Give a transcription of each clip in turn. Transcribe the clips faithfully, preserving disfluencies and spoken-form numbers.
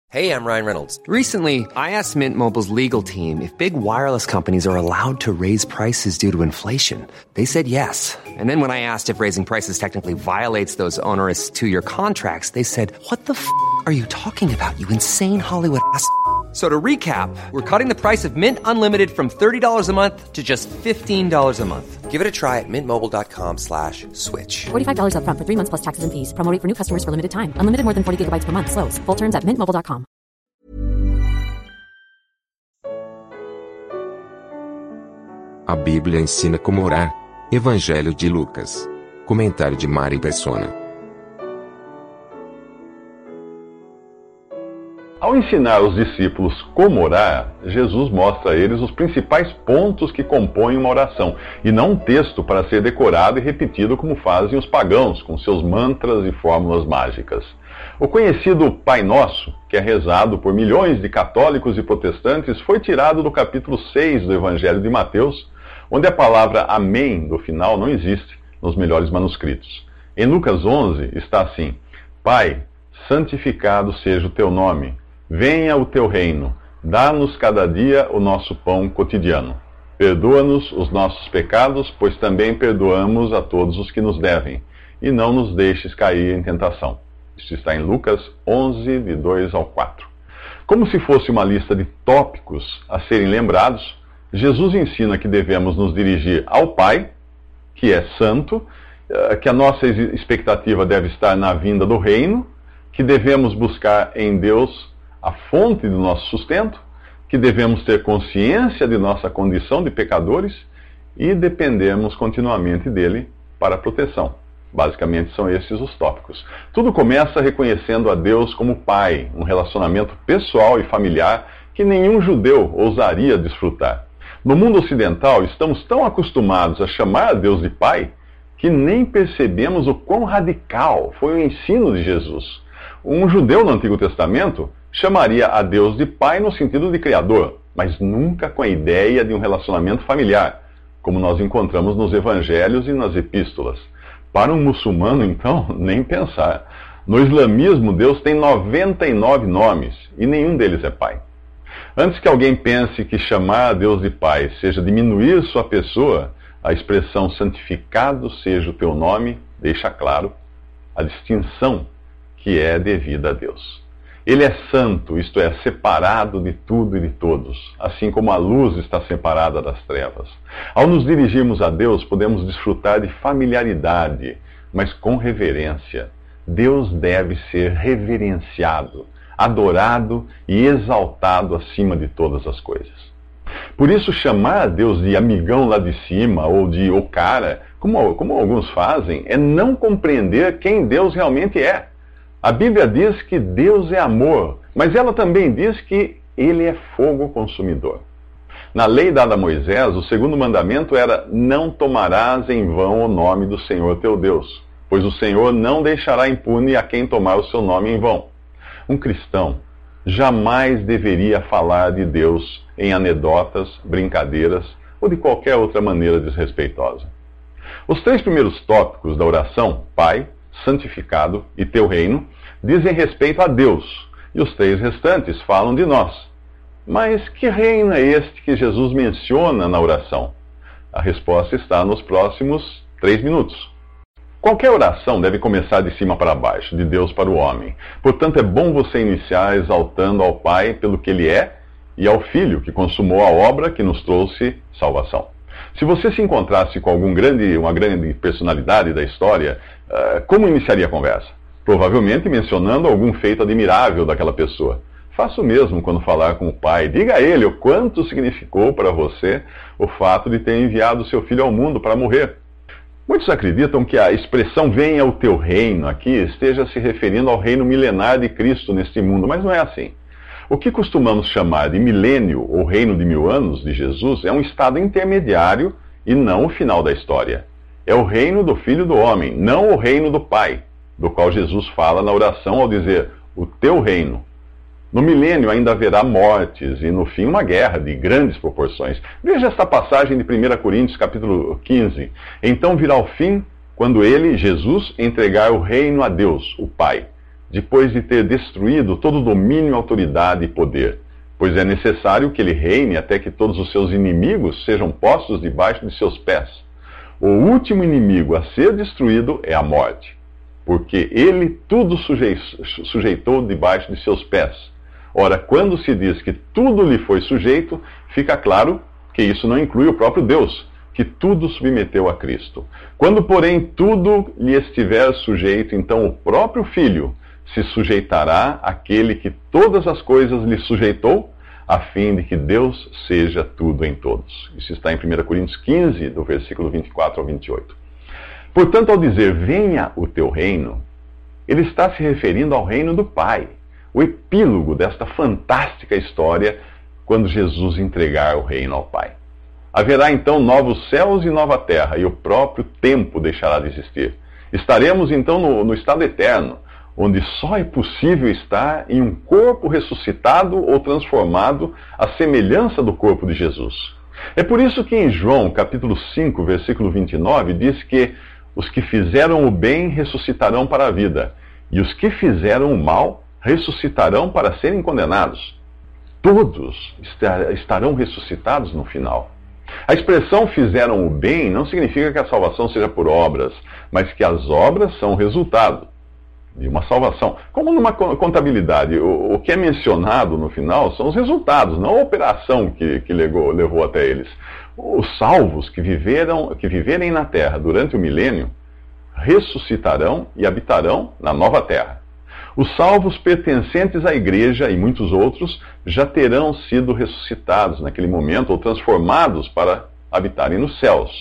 Hey, I'm Ryan Reynolds. Recently, I asked Mint Mobile's legal team if big wireless companies are allowed to raise prices due to inflation. They said yes. And then when I asked if raising prices technically violates those onerous two-year contracts, they said, what the f*** are you talking about, you insane Hollywood ass f- So to recap, we're cutting the price of Mint Unlimited from thirty dollars a month to just fifteen dollars a month. Give it a try at mintmobile.com slash switch. forty-five dollars up front for three months plus taxes and fees. Promo rate for new customers for limited time. Unlimited more than forty gigabytes per month. Slows full terms at mint mobile dot com. A Bíblia ensina como orar. Evangelho de Lucas. Comentário de Mari Persona. Ao ensinar os discípulos como orar, Jesus mostra a eles os principais pontos que compõem uma oração, e não um texto para ser decorado e repetido como fazem os pagãos, com seus mantras e fórmulas mágicas. O conhecido Pai Nosso, que é rezado por milhões de católicos e protestantes, foi tirado do capítulo seis do Evangelho de Mateus, onde a palavra Amém do final não existe nos melhores manuscritos. Em Lucas onze está assim: Pai, santificado seja o teu nome. Venha o teu reino, dá-nos cada dia o nosso pão cotidiano. Perdoa-nos os nossos pecados, pois também perdoamos a todos os que nos devem. E não nos deixes cair em tentação. Isso está em Lucas onze, de dois ao quatro. Como se fosse uma lista de tópicos a serem lembrados, Jesus ensina que devemos nos dirigir ao Pai, que é santo, que a nossa expectativa deve estar na vinda do reino, que devemos buscar em Deus a fonte do nosso sustento, que devemos ter consciência de nossa condição de pecadores e dependemos continuamente dele para a proteção. Basicamente são esses os tópicos. Tudo começa reconhecendo a Deus como Pai, um relacionamento pessoal e familiar que nenhum judeu ousaria desfrutar. No mundo ocidental, estamos tão acostumados a chamar a Deus de Pai que nem percebemos o quão radical foi o ensino de Jesus. Um judeu no Antigo Testamento chamaria a Deus de Pai no sentido de Criador, mas nunca com a ideia de um relacionamento familiar, como nós encontramos nos Evangelhos e nas Epístolas. Para um muçulmano, então, nem pensar. No islamismo, Deus tem noventa e nove nomes e nenhum deles é Pai. Antes que alguém pense que chamar a Deus de Pai seja diminuir sua pessoa, a expressão santificado seja o teu nome deixa claro a distinção que é devida a Deus. Ele é santo, isto é, separado de tudo e de todos, assim como a luz está separada das trevas. Ao nos dirigirmos a Deus, podemos desfrutar de familiaridade, mas com reverência. Deus deve ser reverenciado, adorado e exaltado acima de todas as coisas. Por isso, chamar a Deus de amigão lá de cima ou de o cara, como, como alguns fazem, é não compreender quem Deus realmente é. A Bíblia diz que Deus é amor, mas ela também diz que Ele é fogo consumidor. Na lei dada a Moisés, o segundo mandamento era: não tomarás em vão o nome do Senhor teu Deus, pois o Senhor não deixará impune a quem tomar o seu nome em vão. Um cristão jamais deveria falar de Deus em anedotas, brincadeiras ou de qualquer outra maneira desrespeitosa. Os três primeiros tópicos da oração, Pai, santificado e teu reino, dizem respeito a Deus, e os três restantes falam de nós. Mas que reino é este que Jesus menciona na oração? A resposta está nos próximos três minutos. Qualquer oração deve começar de cima para baixo, de Deus para o homem. Portanto, é bom você iniciar exaltando ao Pai pelo que Ele é e ao Filho que consumou a obra que nos trouxe salvação. Se você se encontrasse com algum grande, uma grande personalidade da história, uh, como iniciaria a conversa? Provavelmente mencionando algum feito admirável daquela pessoa. Faça o mesmo quando falar com o Pai. Diga a Ele o quanto significou para você o fato de ter enviado seu Filho ao mundo para morrer. Muitos acreditam que a expressão venha o teu reino aqui esteja se referindo ao reino milenar de Cristo neste mundo, mas não é assim. O que costumamos chamar de milênio ou reino de mil anos de Jesus é um estado intermediário e não o final da história. É o reino do Filho do Homem, não o reino do Pai, do qual Jesus fala na oração ao dizer, o teu reino. No milênio ainda haverá mortes e no fim uma guerra de grandes proporções. Veja esta passagem de primeira Coríntios capítulo quinze. Então virá o fim quando ele, Jesus, entregar o reino a Deus, o Pai. depois de ter destruído todo domínio, autoridade e poder, pois é necessário que ele reine até que todos os seus inimigos sejam postos debaixo de seus pés. O último inimigo a ser destruído é a morte, porque ele tudo sujeitou debaixo de seus pés. Ora, quando se diz que tudo lhe foi sujeito, fica claro que isso não inclui o próprio Deus, que tudo submeteu a Cristo. Quando, porém, tudo lhe estiver sujeito, então o próprio Filho se sujeitará àquele que todas as coisas lhe sujeitou, a fim de que Deus seja tudo em todos. Isso está em primeira Coríntios quinze, do versículo vinte e quatro ao vinte e oito. Portanto, ao dizer, venha o teu reino, ele está se referindo ao reino do Pai, o epílogo desta fantástica história, quando Jesus entregar o reino ao Pai. Haverá então novos céus e nova terra, e o próprio tempo deixará de existir. Estaremos então no, no estado eterno, onde só é possível estar em um corpo ressuscitado ou transformado à semelhança do corpo de Jesus. É por isso que em João, capítulo cinco, versículo vinte e nove, diz que os que fizeram o bem ressuscitarão para a vida, e os que fizeram o mal ressuscitarão para serem condenados. Todos estarão ressuscitados no final. A expressão fizeram o bem não significa que a salvação seja por obras, mas que as obras são o resultado de uma salvação. Como numa contabilidade, o, o que é mencionado no final são os resultados, não a operação que, que levou, levou até eles. Os salvos que, viveram, que viverem na terra durante o milênio ressuscitarão e habitarão na nova terra. Os salvos pertencentes à igreja e muitos outros já terão sido ressuscitados naquele momento ou transformados para habitarem nos céus.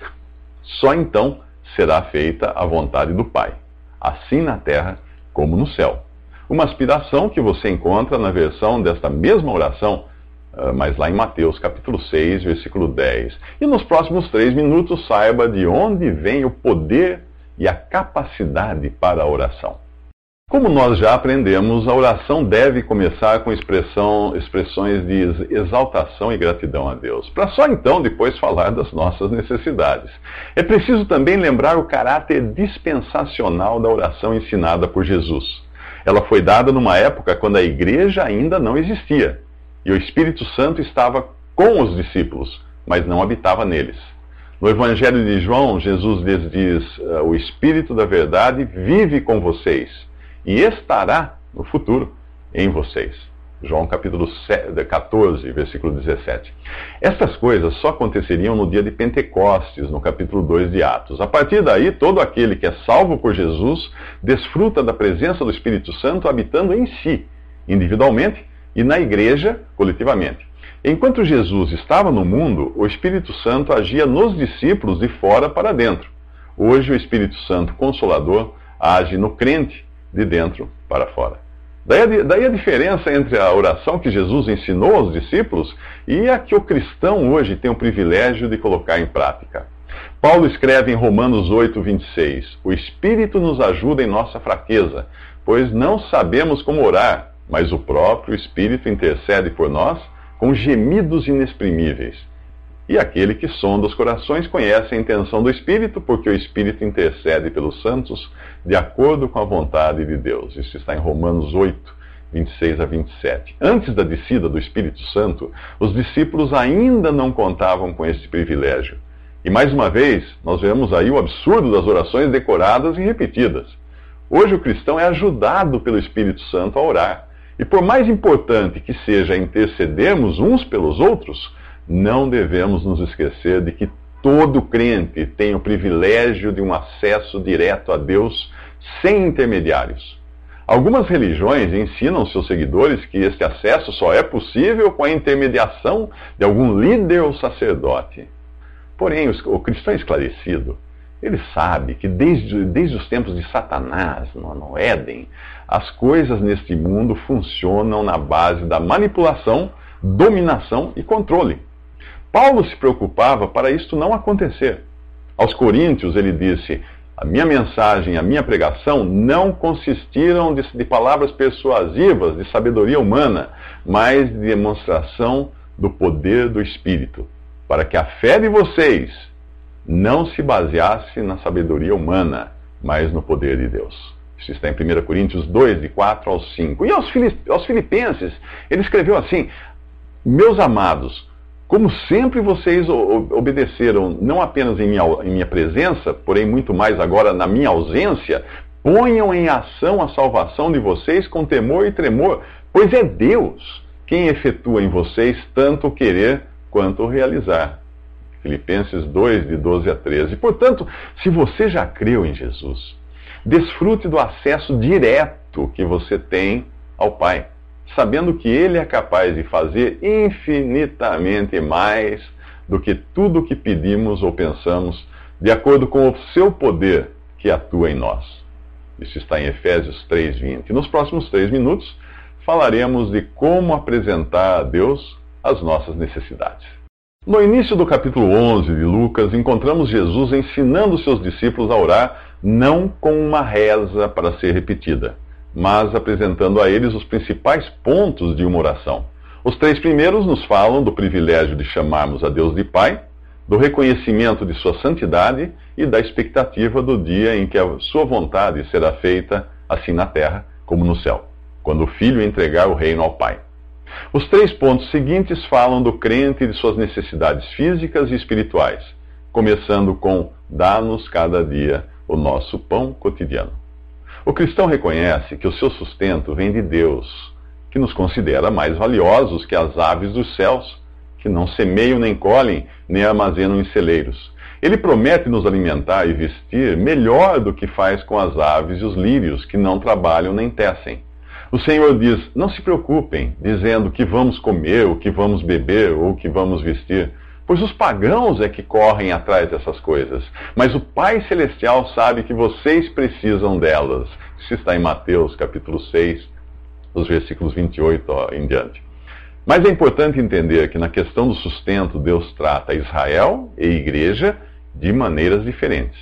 Só então será feita a vontade do Pai, assim na terra como no céu. Uma aspiração que você encontra na versão desta mesma oração, mas lá em Mateus capítulo seis, versículo dez. E nos próximos três minutos saiba de onde vem o poder e a capacidade para a oração. Como nós já aprendemos, a oração deve começar com expressão, expressões de exaltação e gratidão a Deus, para só então depois falar das nossas necessidades. É preciso também lembrar o caráter dispensacional da oração ensinada por Jesus. Ela foi dada numa época quando a igreja ainda não existia, e o Espírito Santo estava com os discípulos, mas não habitava neles. No Evangelho de João, Jesus lhes diz, o Espírito da verdade vive com vocês, e estará no futuro em vocês. João capítulo quatorze, versículo dezessete. Estas coisas só aconteceriam no dia de Pentecostes, no capítulo dois de Atos. A partir daí, todo aquele que é salvo por Jesus desfruta da presença do Espírito Santo habitando em si, individualmente, e na igreja, coletivamente. Enquanto Jesus estava no mundo, o Espírito Santo agia nos discípulos de fora para dentro. Hoje, o Espírito Santo Consolador age no crente, de dentro para fora. Daí a, daí a diferença entre a oração que Jesus ensinou aos discípulos e a que o cristão hoje tem o privilégio de colocar em prática. Paulo escreve em Romanos oito, vinte e seis, o Espírito nos ajuda em nossa fraqueza, pois não sabemos como orar, mas o próprio Espírito intercede por nós com gemidos inexprimíveis. E aquele que sonda os corações conhece a intenção do Espírito, porque o Espírito intercede pelos santos de acordo com a vontade de Deus. Isso está em Romanos oito, vinte e seis a vinte e sete. Antes da descida do Espírito Santo, os discípulos ainda não contavam com esse privilégio. E mais uma vez, nós vemos aí o absurdo das orações decoradas e repetidas. Hoje o cristão é ajudado pelo Espírito Santo a orar. E por mais importante que seja intercedermos uns pelos outros, não devemos nos esquecer de que todo crente tem o privilégio de um acesso direto a Deus sem intermediários. Algumas religiões ensinam seus seguidores que este acesso só é possível com a intermediação de algum líder ou sacerdote. Porém, o cristão esclarecido, ele sabe que desde, desde os tempos de Satanás, no, no Éden, as coisas neste mundo funcionam na base da manipulação, dominação e controle. Paulo se preocupava para isto não acontecer. Aos Coríntios ele disse, a minha mensagem, a minha pregação não consistiram de, de palavras persuasivas, de sabedoria humana, mas de demonstração do poder do Espírito, para que a fé de vocês não se baseasse na sabedoria humana, mas no poder de Deus. Isso está em primeira Coríntios dois, de quatro ao cinco. E aos, Filip, aos Filipenses, ele escreveu assim: meus amados, como sempre vocês obedeceram, não apenas em minha, em minha presença, porém muito mais agora na minha ausência, ponham em ação a salvação de vocês com temor e tremor, pois é Deus quem efetua em vocês tanto o querer quanto o realizar. Filipenses dois, de doze a treze. Portanto, se você já creu em Jesus, desfrute do acesso direto que você tem ao Pai, sabendo que Ele é capaz de fazer infinitamente mais do que tudo o que pedimos ou pensamos, de acordo com o seu poder que atua em nós. Isso está em Efésios três, vinte. Nos próximos três minutos, falaremos de como apresentar a Deus as nossas necessidades. No início do capítulo onze de Lucas, encontramos Jesus ensinando seus discípulos a orar não com uma reza para ser repetida, mas apresentando a eles os principais pontos de uma oração. Os três primeiros nos falam do privilégio de chamarmos a Deus de Pai, do reconhecimento de sua santidade e da expectativa do dia em que a sua vontade será feita, assim na terra como no céu, quando o Filho entregar o reino ao Pai. Os três pontos seguintes falam do crente e de suas necessidades físicas e espirituais, começando com dá-nos cada dia o nosso pão cotidiano. O cristão reconhece que o seu sustento vem de Deus, que nos considera mais valiosos que as aves dos céus, que não semeiam nem colhem, nem armazenam em celeiros. Ele promete nos alimentar e vestir melhor do que faz com as aves e os lírios, que não trabalham nem tecem. O Senhor diz: não se preocupem, dizendo que vamos comer, o que vamos beber, ou o que vamos vestir, pois os pagãos é que correm atrás dessas coisas. Mas o Pai Celestial sabe que vocês precisam delas. Isso está em Mateus, capítulo seis, dos versículos vinte e oito em diante. Mas é importante entender que na questão do sustento, Deus trata Israel e igreja de maneiras diferentes.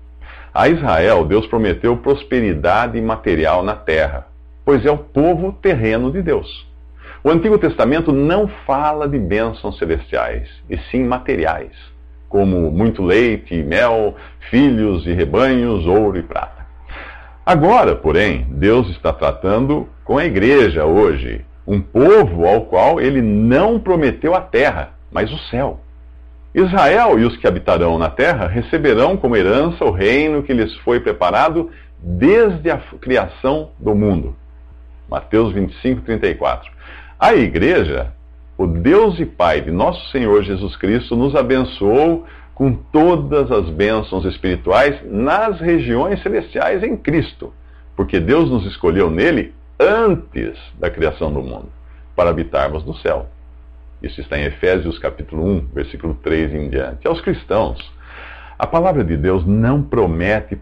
A Israel, Deus prometeu prosperidade material na terra, pois é o povo terreno de Deus. O Antigo Testamento não fala de bênçãos celestiais, e sim materiais, como muito leite e mel, filhos e rebanhos, ouro e prata. Agora, porém, Deus está tratando com a igreja hoje, um povo ao qual ele não prometeu a terra, mas o céu. Israel e os que habitarão na terra receberão como herança o reino que lhes foi preparado desde a criação do mundo. Mateus vinte e cinco, trinta e quatro. A igreja, o Deus e Pai de nosso Senhor Jesus Cristo, nos abençoou com todas as bênçãos espirituais nas regiões celestiais em Cristo, porque Deus nos escolheu nele antes da criação do mundo, para habitarmos no céu. Isso está em Efésios capítulo um, versículo três em diante. Aos cristãos, a palavra de Deus não promete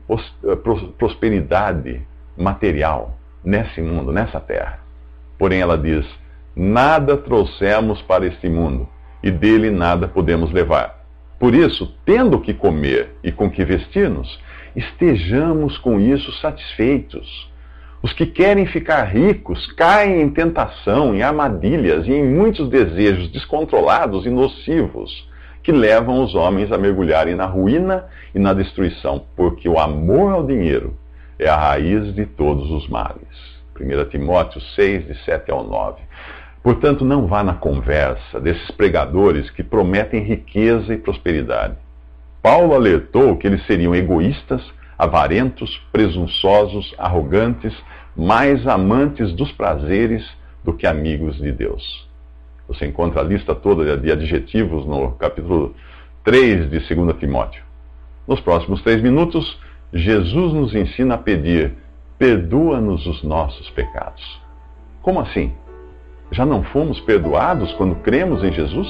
prosperidade material nesse mundo, nessa terra. Porém ela diz: nada trouxemos para este mundo, e dele nada podemos levar. Por isso, tendo o que comer e com que vestir-nos, estejamos com isso satisfeitos. Os que querem ficar ricos caem em tentação, em armadilhas e em muitos desejos descontrolados e nocivos, que levam os homens a mergulharem na ruína e na destruição, porque o amor ao dinheiro é a raiz de todos os males. primeira Timóteo seis, de sete ao nove. Portanto, não vá na conversa desses pregadores que prometem riqueza e prosperidade. Paulo alertou que eles seriam egoístas, avarentos, presunçosos, arrogantes, mais amantes dos prazeres do que amigos de Deus. Você encontra a lista toda de adjetivos no capítulo três de segunda Timóteo. Nos próximos três minutos, Jesus nos ensina a pedir: perdoa-nos os nossos pecados. Como assim? Já não fomos perdoados quando cremos em Jesus?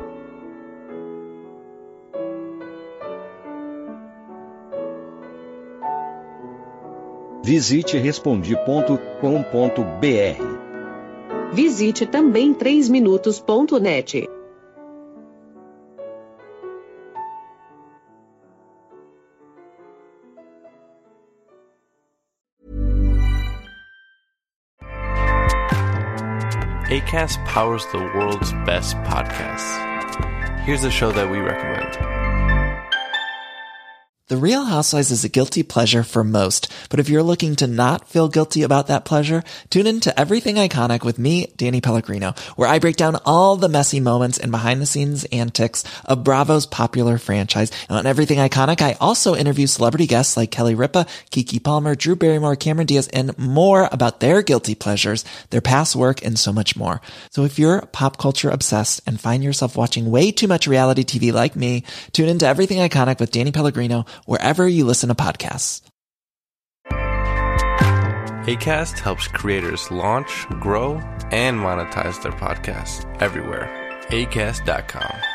Visite respondi ponto com ponto br. Visite também três minutos ponto net. Acast powers the world's best podcasts. Here's a show that we recommend. The Real Housewives is a guilty pleasure for most, But if you're looking to not feel guilty about that pleasure, tune in to Everything Iconic with me, Danny Pellegrino, where I break down all the messy moments and behind-the-scenes antics of Bravo's popular franchise. And on Everything Iconic, I also interview celebrity guests like Kelly Ripa, Keke Palmer, Drew Barrymore, Cameron Diaz, and more about their guilty pleasures, their past work, and so much more. So if you're pop culture obsessed and find yourself watching way too much reality T V like me, tune into Everything Iconic with Danny Pellegrino wherever you listen to podcasts. Acast helps creators launch, grow, and monetize their podcasts everywhere. Acast dot com.